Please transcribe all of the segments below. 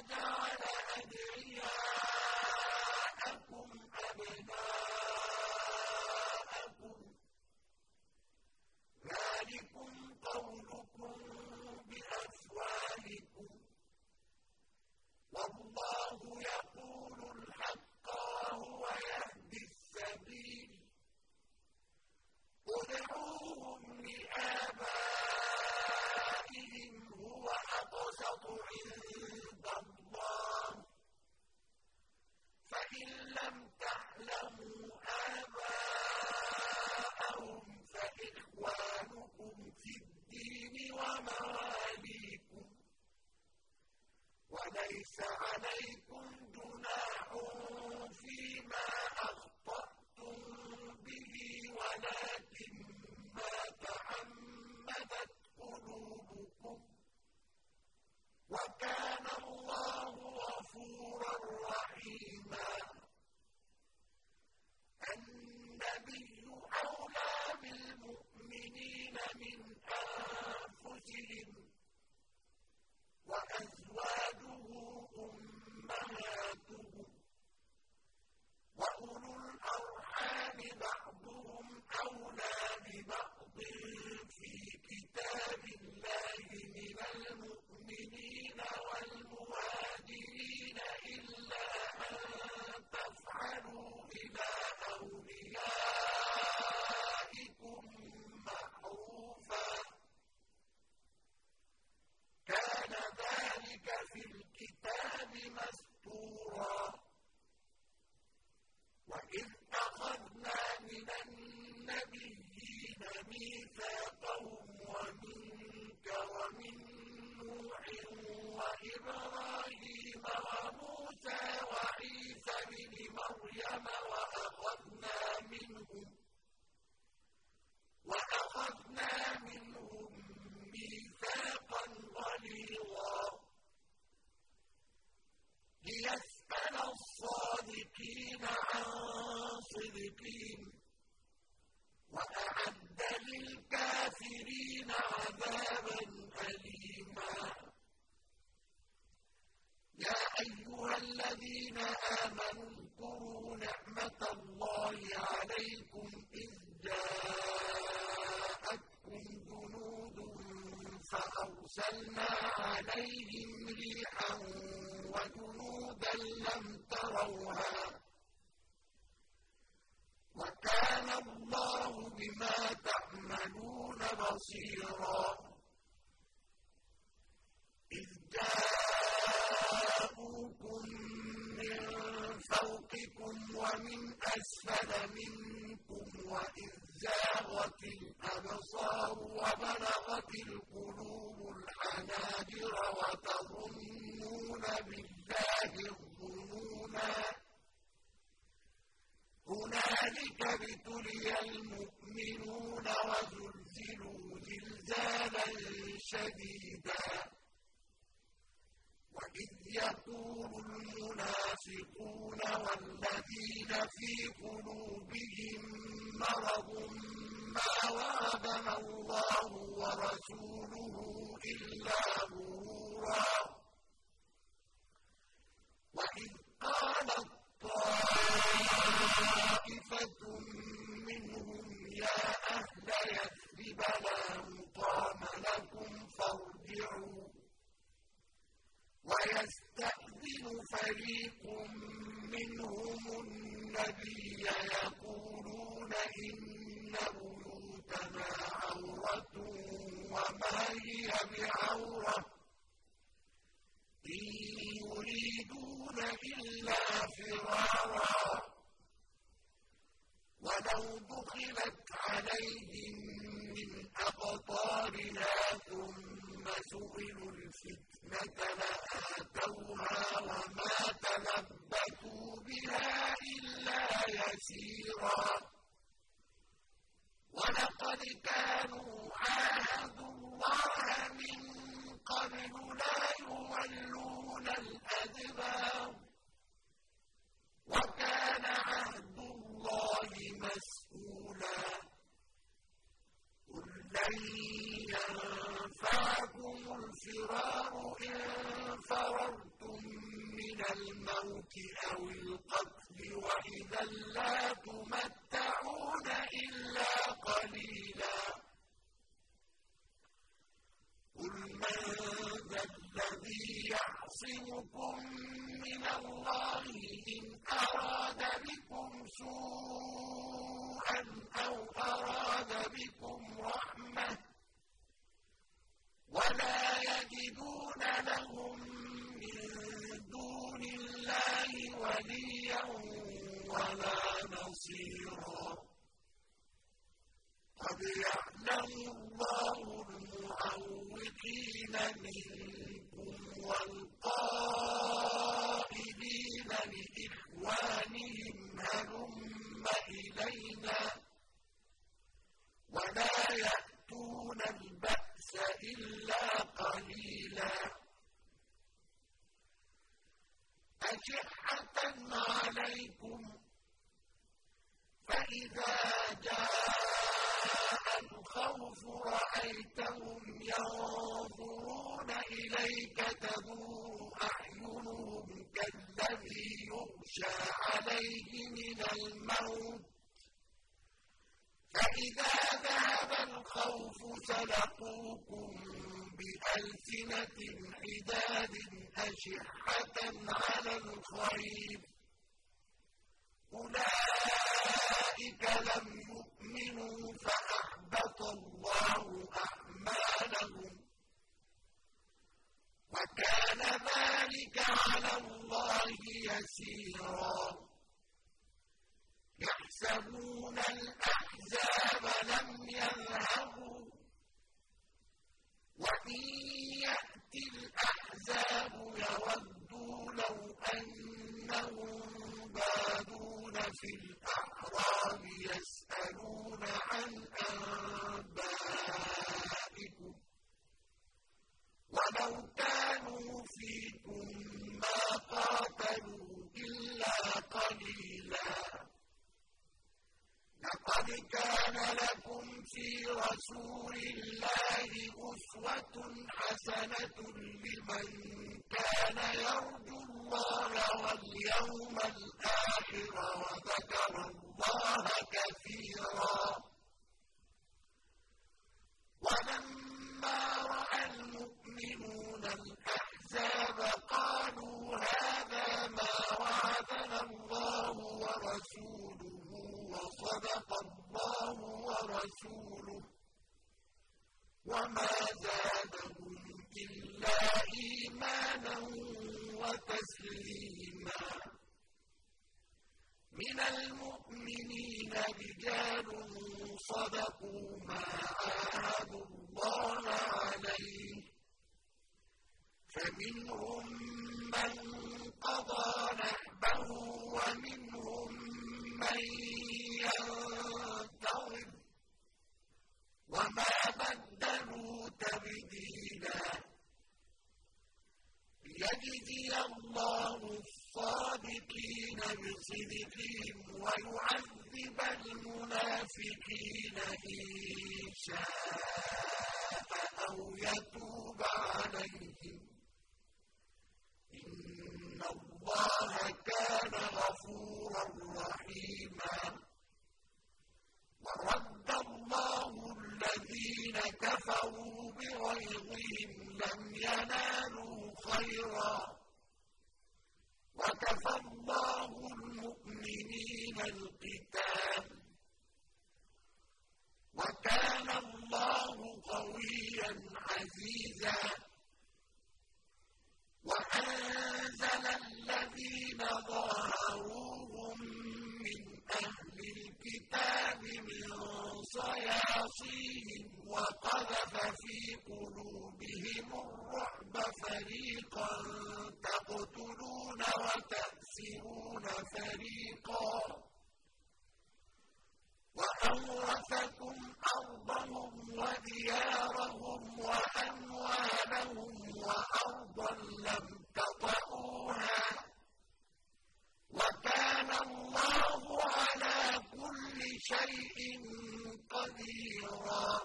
جَعَلَ أَدْعِيَاءَكُمْ أَبْنَاءَكُمْ ذَٰلِكُمْ قَوْلُكُم بِأَفْوَاهِكُمْ وَاللَّهُ يَقُولُ الْحَقَّ وَهُوَ يَهْدِي السَّبِيلَ ادْعُوهُمْ لِآبَائِهِمْ هُوَ أَقْسَطُ عِندَ اللَّهِ ۚ فَإِن لَّمْ تَعْلَمُوا آبَاءَهُمْ فَإِخْوَانُكُمْ فِي الدِّينِ وَمَوَالِيكُمْ ۚ وَلَيْسَ عَلَيْكُمْ جُنَاحٌ فِيمَا أَخْطَأْتُم بِهِ وَلَٰكِن مَّا تَعَمَّدَتْ قُلُوبُكُمْ ۚ وَكَانَ اللَّهُ غَفُورًا رَّحِيمًا. النَّبِيُّ أَوْلَىٰ بِالْمُؤْمِنِينَ مِنْ أَنفُسِهِمْ ۖ وَأَزْوَاجُهُ أُمَّهَاتُهُمْ ۗ وَأُولُو الْأَرْحَامِ بَعْضُهُمْ أَوْلَىٰ بِبَعْضٍ فِي كِتَابِ اللَّهِ مِنَ الْمُؤْمِنِينَ وَالْمُهَاجِرِينَ إِلَّا أَن تَفْعَلُوا إِلَىٰ أَوْلِيَائِكُم مَّعْرُوفًا ۚ كَانَ ذَٰلِكَ فِي الْكِتَابِ مَسْطُورًا. وَإِذْ أَخَذْنَا مِنَ النَّبِيِّينَ مِيثَاقَهُمْ وَمِنكَ وَمِن نُّوحٍ وَإِبْرَاهِيمَ وَمُوسَىٰ وَعِيسَى ابْنِ مَرْيَمَ وَأَخَذْنَا مِنْهُم مِّيثَاقًا غَلِيظًا لِّيَسْأَلَ الصَّادِقِينَ عَن صِدْقِهِمْ ۚ وَأَعَدَّ لِلْكَافِرِينَ عَذَابًا أَلِيمًا. يَا أَيُّهَا الَّذِينَ آمَنُوا اذْكُرُوا نِعْمَةَ اللَّهِ عَلَيْكُمْ إِذْ جَاءَتْكُمْ جُنُودٌ فَأَرْسَلْنَا عَلَيْهِمْ رِيحًا وَجُنُودًا لَّمْ تَرَوْهَا ۚ وَكَانَ اللَّهُ بِمَا تَعْمَلُونَ بَصِيرًا. إِذْ جَاءُوكُم مِّن فَوْقِكُمْ وَمِنْ أَسْفَلَ مِنكُمْ وَإِذْ زَاغَتِ الْأَبْصَارُ وَبَلَغَتِ الْقُلُوبُ الْحَنَاجِرَ وَتَظُنُّونَ بِاللَّهِ الظُّنُونَا. هُنَالِكَ ابْتُلِيَ الْمُؤْمِنُونَ وَزُلْزِلُوا زِلْزَالًا شَدِيدًا. وَإِذْ يَقُولُ الْمُنَافِقُونَ وَالَّذِينَ فِي قُلُوبِهِم مَّرَضٌ مَّا وَعَدَنَا اللَّهُ وَرَسُولُهُ إِلَّا غُرُورًا. وَإِذْ قَالَت طَّائِفَةٌ مِّنْهُمْ يَا أَهْلَ يَثْرِبَ لَا مُقَامَ لَكُمْ فَارْجِعُوا ۚ وَيَسْتَأْذِنُ فَرِيقٌ مِّنْهُمُ النَّبِيَّ يَقُولُونَ إِنَّ بُيُوتَنَا عَوْرَةٌ وَمَا هِيَ بِعَوْرَةٍ إِن يُرِيدُونَ إِلَّا فِرَارًا. وَلَوْ دُخِلَتْ عَلَيْهِم مِّنْ أَقْطَارِهَا ثُمَّ سُئِلُوا الْفِتْنَةَ لَآتَوْهَا وَمَا تَلَبَّثُوا بِهَا إِلَّا يَسِيرًا. وَلَقَدْ كَانُوا عَاهَدُوا اللَّهَ مِن قَبْلُ لَا يُوَلُّونَ الْأَدْبَارَ ۚ وَكَانَ عَهْدُ اللَّهِ مَسْئُولًا. قُل لَّن يَنفَعَكُمُ الْفِرَارُ إِن فَرَرْتُم من الموت أو القتل وإذا لا تمتعون إلا قليلا قل من ذا الذي يعصمكم من الله إن أراد بكم سوءا أو أراد بكم رحمة ولا يجدون لهم من دون الله وليا ولا نصيرا قد يعلم الله المعوقين منكم والقائلين لإخوانهم هلم إلينا ولا يأتون البأس إلا قليلا أشحة عليكم فإذا جاء الخوف رأيتهم ينظرون إليك تدور أعينهم كالذي يغشى عليه من الموت فإذا ذهب الخوف سلقوكم بألسنة حداد أشحة على الخير أولئك لم يؤمنوا فأحبط الله أعمالهم وكان ذلك على الله يسيرا يحسبون الأحزاب لم يذهبوا وإن يأتي الأحزاب يودوا لو أنهم بادون في الأعراب يسألون عن أنبائكم ولو كانوا فيكم ما قاتلوا إلا قليلا لقد كان لكم في رسول الله أسوة حسنة لمن كان يرجو الله واليوم الآخر وذكر الله كثيرا ولما رأى المؤمنون الأحزاب قالوا هذا ما وعدنا الله ورسوله وصدق الله ورسوله وما زادهم إلا إيمانا وتسليما من المؤمنين رجال صدقوا ما عاهدوا الله عليه فمنهم من قضى نحبه ومنهم من ينتظر وما بدلوا تبديلا ليجزي الله الصادقين بصدقهم ويعذب المنافقين إن شاء أو يتوب عليهم إن الله كان غفورا رحيما ورد الله الذين كفروا بغيظهم لم ينالوا خيرا وكفى الله المؤمنين القتال وكان الله قويا عزيزا وأنزل الذين ظاهروهم من أهل الكتاب من صياصيهم وقذف في قلوبهم الرعب فريقا تقتلون وتأسرون فريقا وأورثكم أرضهم وديارهم وأموالهم وأرضا لم تطئوها وكان الله على كل شيء قديرا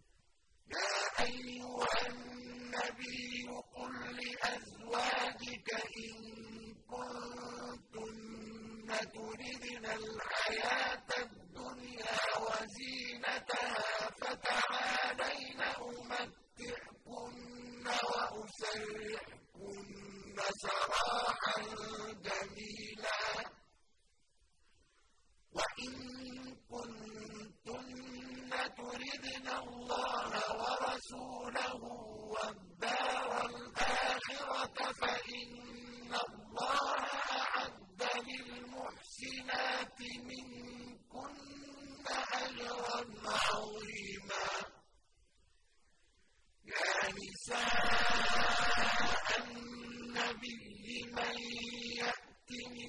يا أيها النبي قل لأزواجك إن كنتن تردن الحياة الدنيا وزينتها فتعالين أمتعكن وأسرحكن سراحا جميلا وإن كنتن تردن الله ورسوله والدار الآخرة فإن الله أعد للمحسنات منكن أجرا عظيما يا نساء النبي من يأت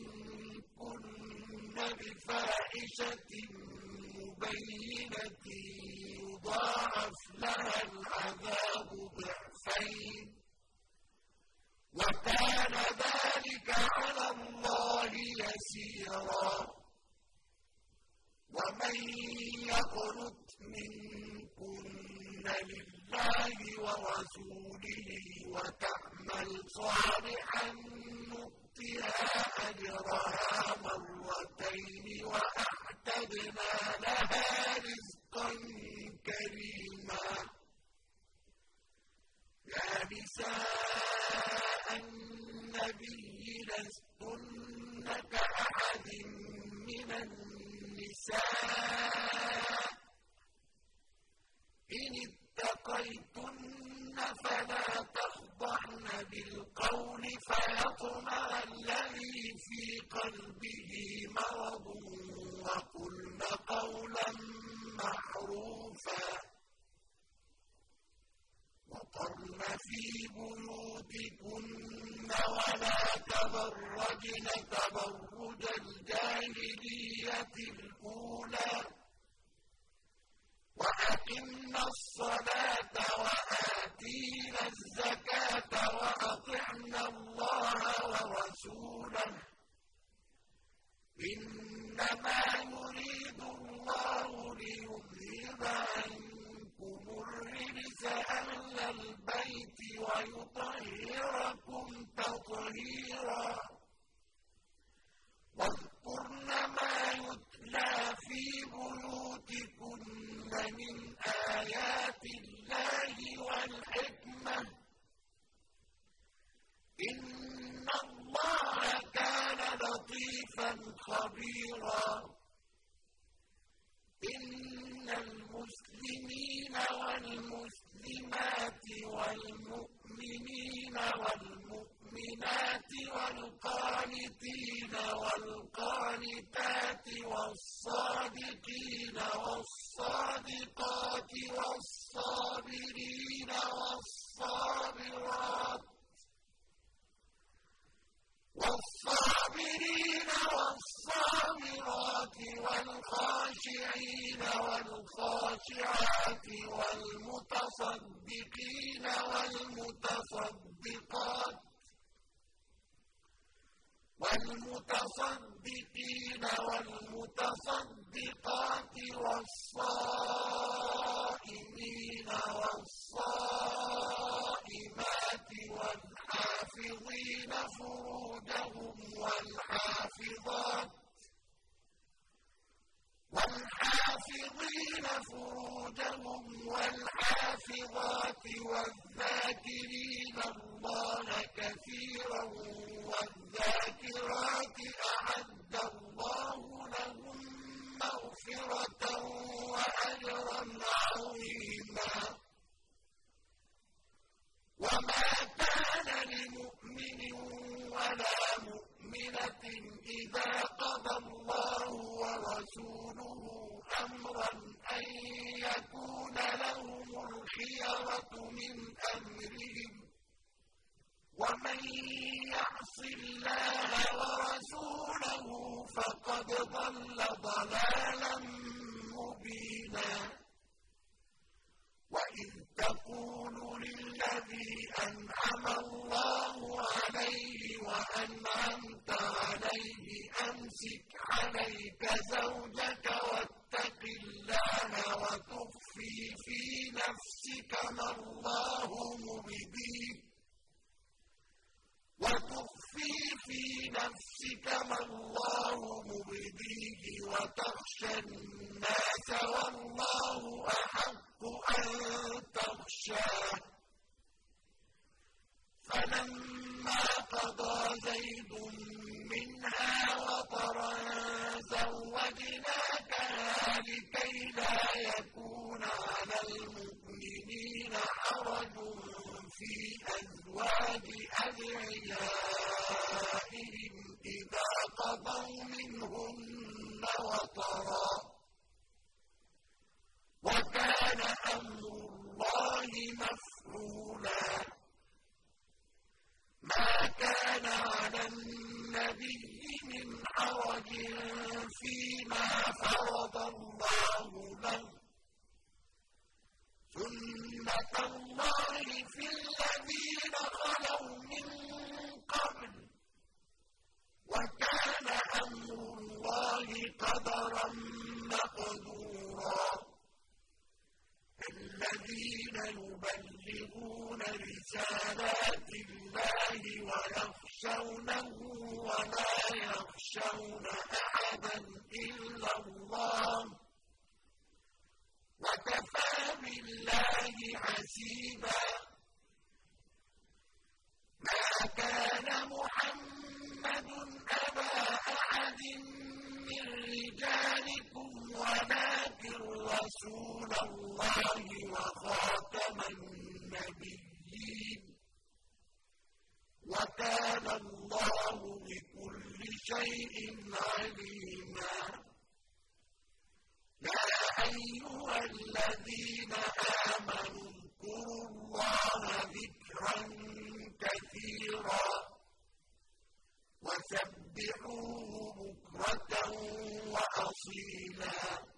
منكن بفاحشة مبينة يضاعف لها العذاب ضعفين وكان ذلك على الله يسيرا ومن يقنت منكن لله ورسوله وتعمل صالحا نؤتها أجرها مرتين وأعتدنا لها رزقا كريما يا نساء النبي لستن كأحد من النساء إن اتقيتن فلا تخضعن بالقول فيطمع الذي في قلبه مرض وقلن قولا معروفا وقرن في بيوتكن ولا تبرجن تبرج الجاهلية الأولى وأقمنا الصلاة وآتينا الزكاة وأطعنا الله ورسوله إنما يريد الله ليذهب عنكم الرجس أهل البيت ويطهركم تطهيرا واذكرن ما يتلى في بيوتكن من آيات الله والحكمة إن الله كان لطيفا خبيرا إن المسلمين والمسلمات والمؤمنين والمؤمنات والقانتين والقانتات والصادقين والصادقات والصابرين والصابرات والخاشعين والخاشعات والمتصدقين والمتصدقات والصائمين والصائمات والحافظين فروجهم والحافظات والذاكرين الله كثيرا والذاكرات أعد الله لهم مغفرة وأجرا عظيما وما كان لمؤمن ولا مؤمنة إذا قضى الله ورسوله أمرا أن يكون لهم الخيرة من أمرهم ومن يعص الله ورسوله فقد ضل ضلالا مبينا وإذ تقول للذي أنعم الله عليه وأنعمت عليه أمسك عليك زوجك واتق الله وتخفي في نفسك ما الله مبديه وتخفي في نفسك ما الله مبديه وتخشى الناس والله أحق أن تخشاه فلما قضى زيد منها وطرا زوجناكها لكي لا يكون على المؤمنين حرج في أزواج أدعيائهم إذا قضوا منهن وطرا وكان أمر الله مفعولا ما كان على النبي من حرج فيما فرض الله له سنة الله في الذين خلوا من قبل وكان أمر الله قدرا مقدورا الذين يبلغون رسالات الله ويخشونه ولا يخشون أحدا إلا الله وكفى بالله حسيبا ما كان محمد أبا أحد من رجالكم ولكن رسول الله وخاتم النبيين وكان الله بكل شيء عليما يا أيها الذين آمنوا اذكروا الله ذكرا كثيرا وسبحوه بكرة وأصيلا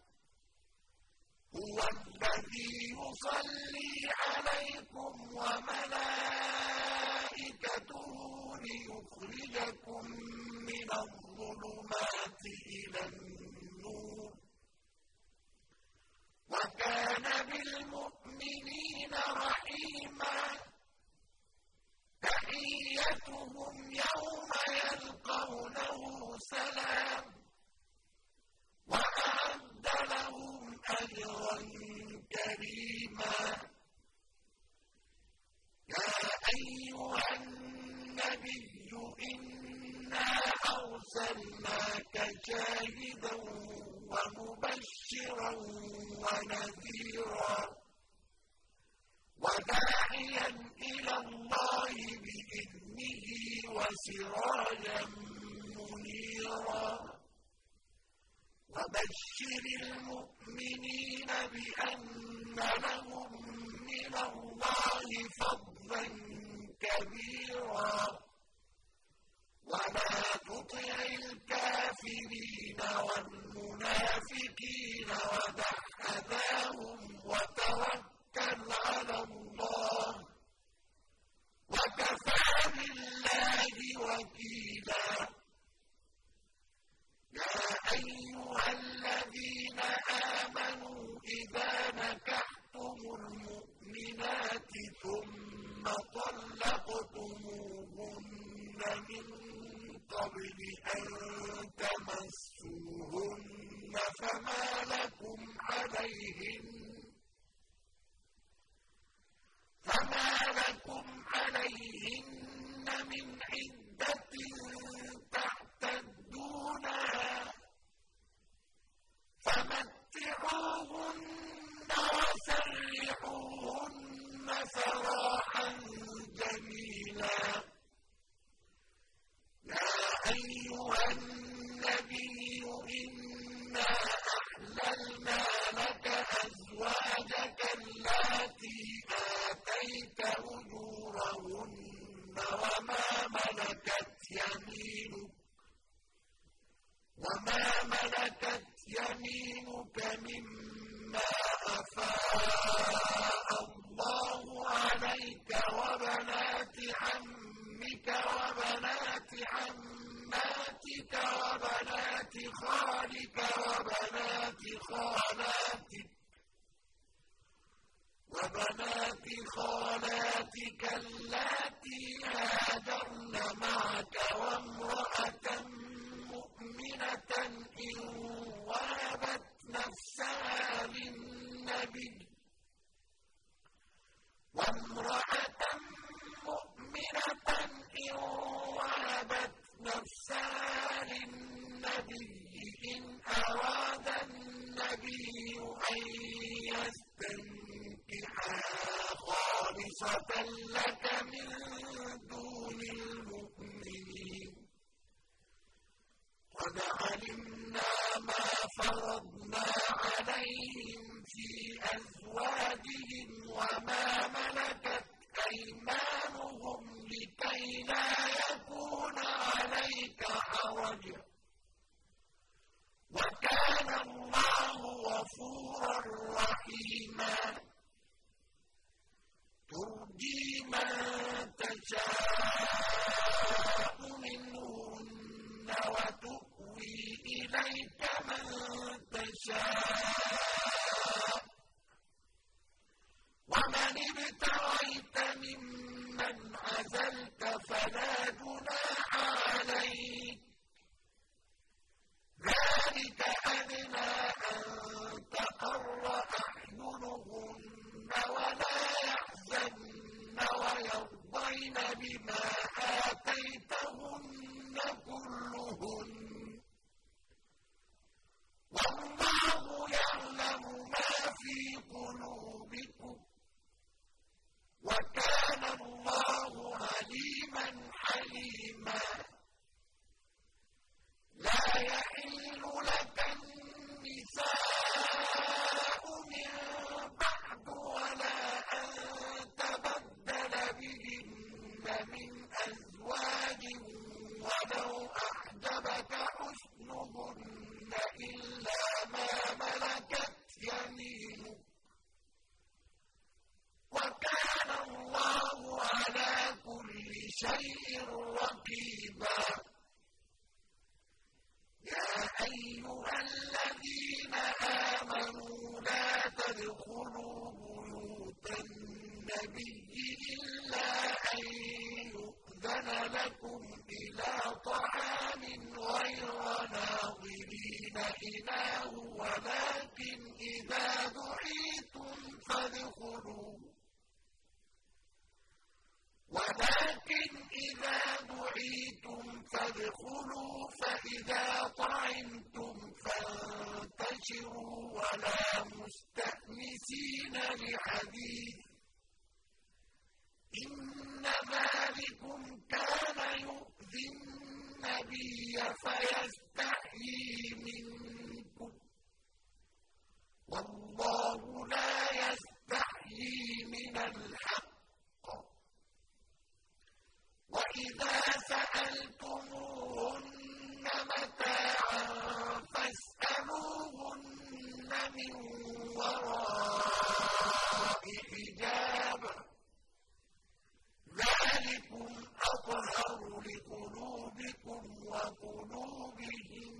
هو الذي يصلي عليكم وملائكته ليخرجكم من الظلمات إلى النور وكان بالمؤمنين رحيما تحيتهم يوم يلقونه سلام وأعد لهم أجرا كريما يا أيها النبي إنا أرسلناك شاهدا ومبشرا ونذيرا وداعيا إلى الله بإذنه وسراجا منيرا وبشر المؤمنين بأن لهم من الله فضلا كبيرا ولا تطع الكافرين والمنافقين ودع أذاهم وتوكل على الله وكفى بالله وكيلا يا أيها الذين آمنوا إذا نكحتم المؤمنات ثم طلقتموهن من قبل أن تمسوهن فما لكم عليهن من عدة تعتدونها فمتعوهن وسرحوهن سراحا جميلا يا أيها النبي إنا أحللنا لك أزواجك اللاتي آتيت أجورهن وما ملكت يمينك مما أفاء الله عليك وبنات عمك وبنات عماتك وبنات خالك وبنات خالاتك اللاتي اللاتي هاجرن معك وامرأة مؤمنة إن وهبت نفسها للنبي إن أراد النبي أن يستنكحها خالصة لك من دون المؤمنين قد علمنا ما فرضنا عليهم في أزواجهم وما ملكت أيمانهم لكي لا يكون عليك حرج وكان الله غفورا رحيما ترجي من تشاء منهن وتؤوي إليك من تشاء ومن ابتغيت ممن عزلت فلا جناح عليك ذلك أدنى أن تقر أعينهن ولا يحزن ويرضين بما آتيتهن كلهن والله يعلم ما في قلوبكم وكان الله عليما حليما لا يحل لك النساء من بعد ولا أن تبدل بهن من أزواج ولو أعجبك حسنهن إلا ما ملكت يمينك وكان الله على كل شيء رقيبا يا أيها الذين آمنوا لا تدخلوا بيوت النبي إلا أن يؤذن لكم إلى طعام غير ناظرين إناه ولكن إذا دعيتم فادخلوا فإذا طعمتم فانتشروا ولا مستأنسين لحديث إن ذلكم كان يؤذي النبي فيستحيي منكم والله لا يستحيي من الحق وإذا سألتموهن متاعا فاسألوهن من وراء حجاب ذلكم أطهر لقلوبكم وقلوبهم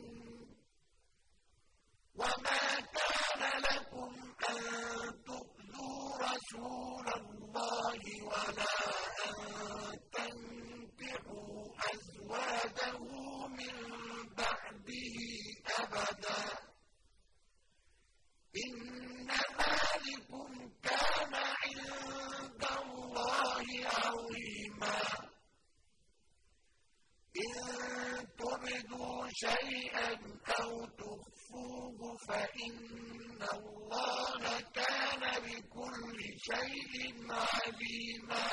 وما كان لكم أن تؤذوا رسول الله ولا أن تنكحوا أزواجه من بعده أبدا إن ذلكم كان عند الله عظيما إن تبدوا شيئا أو تخفوه فإن الله كان بكل شيء عليما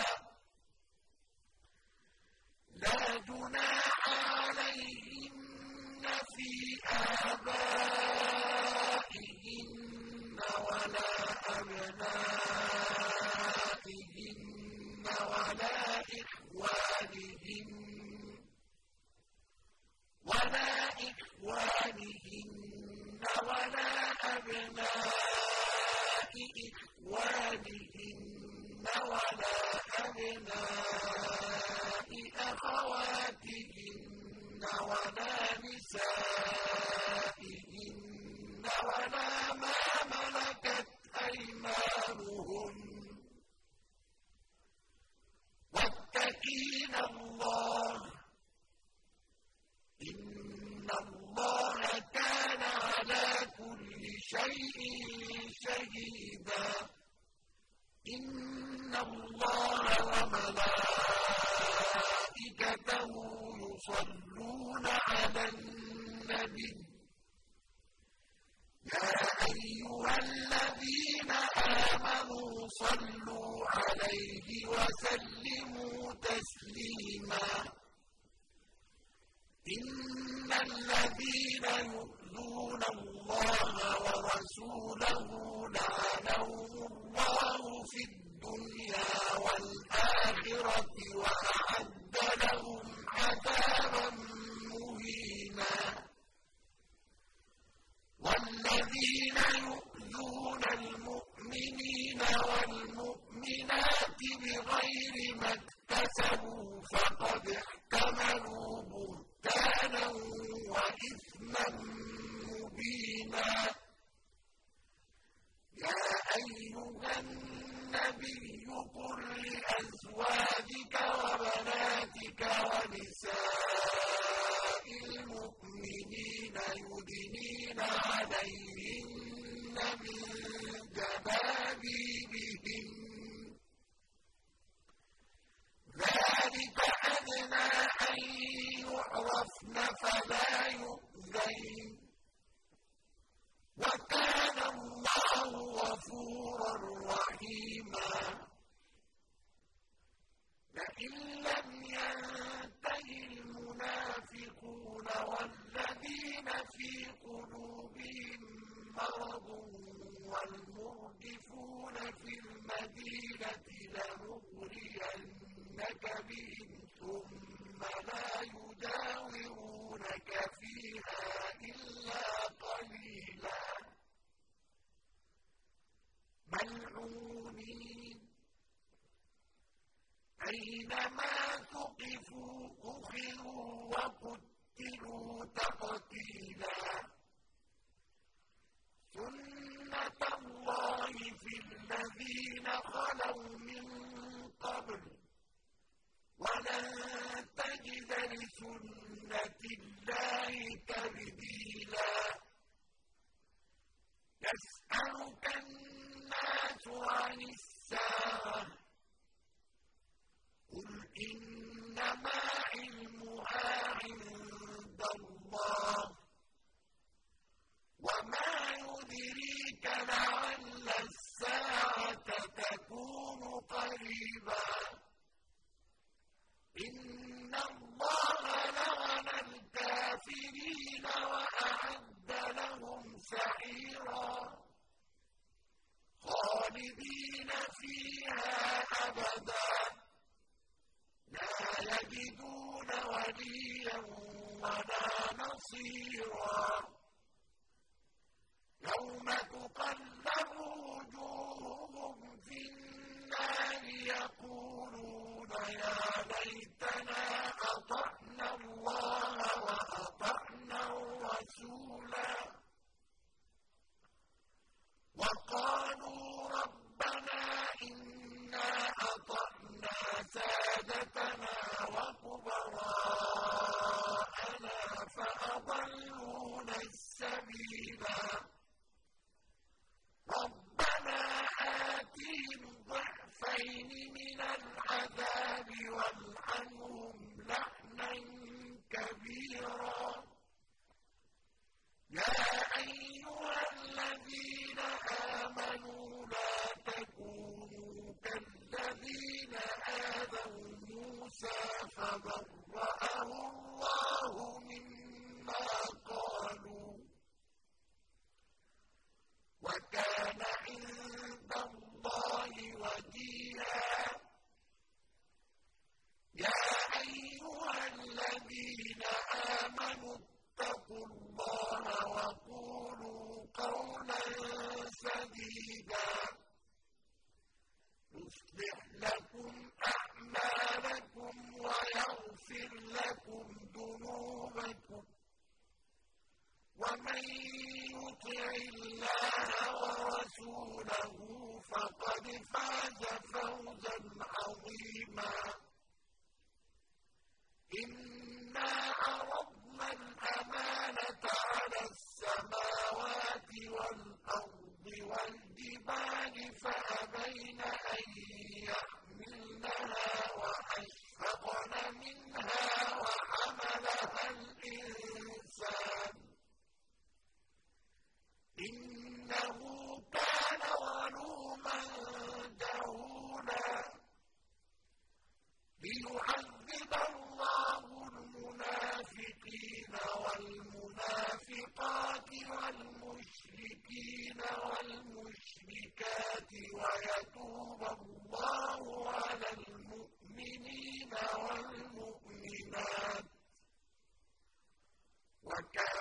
لا جناح عليهن في آبائهن ولا أبنائهن ولا إخوانهن ولا أبناء إخوانهن ولا أبناء أخواتهن ولا نسائهن ولا ما ملكت أيمانهن واتقي شيء شهيدا إن الله وملائكته يصلون على النبي يا أيها الذين آمنوا صلوا عليه وسلموا تسليما إن الذين يؤذون الله ورسوله لعنهم الله في الدنيا والآخرة وأعد لهم عذابا مهينا والذين يؤذون المؤمنين والمؤمنات بغير ما اكتسبوا فقد احتملوا بهتانا وإثما مبينا يا أيها النبي قل لأزواجك وبناتك ونساء المؤمنين يدنين عليهن من جلابيبهن ذلك أدنى أن يعرفن فلا يؤذين وكان الله غفورا رحيما لئن لم ينته المنافقون والذين في قلوبهم مرض والمرجفون في المدينة لنغرينك بهم ثم لا يجاورونك فيها إلا قليلا ملعونين أينما ثقفوا أخذوا وقتلوا تقتيلا سنة الله في الذين خلوا من قبل ولن تجد لسنة الله تبديلا يسألك الناس عن الساعة قل إنما علمها عند الله وما يدريك لعل الساعة تكون قريبا إن الله لعن الكافرين وأعد لهم سعيرا خالدين فيها أبدا لا يجدون وليا ولا نصيرا يوم تقلب وجوههم في النار يقولون يا ليتنا أطعنا الله وأطعنا الرسولا وقالوا ربنا إنا أطعنا سادتنا وكبراءنا فأضلونا السبيلا ربنا آتهم ضعفين من العذاب والعنهم لعنا كبيرا يا أيها الذين آمنوا لا تكونوا كالذين آذوا موسى فبرأه الله مما قالوا وكان عند الله وجيها يا أيها الذين آمنوا اتقوا الله وقولوا قولا سديدا يصلح لكم أعمالكم ويغفر لكم ذنوبكم ومن يطع الله ورسوله فقد فاز فوزا عظيما إنا عرضنا الأمانة على السماوات والأرض وَكَانَ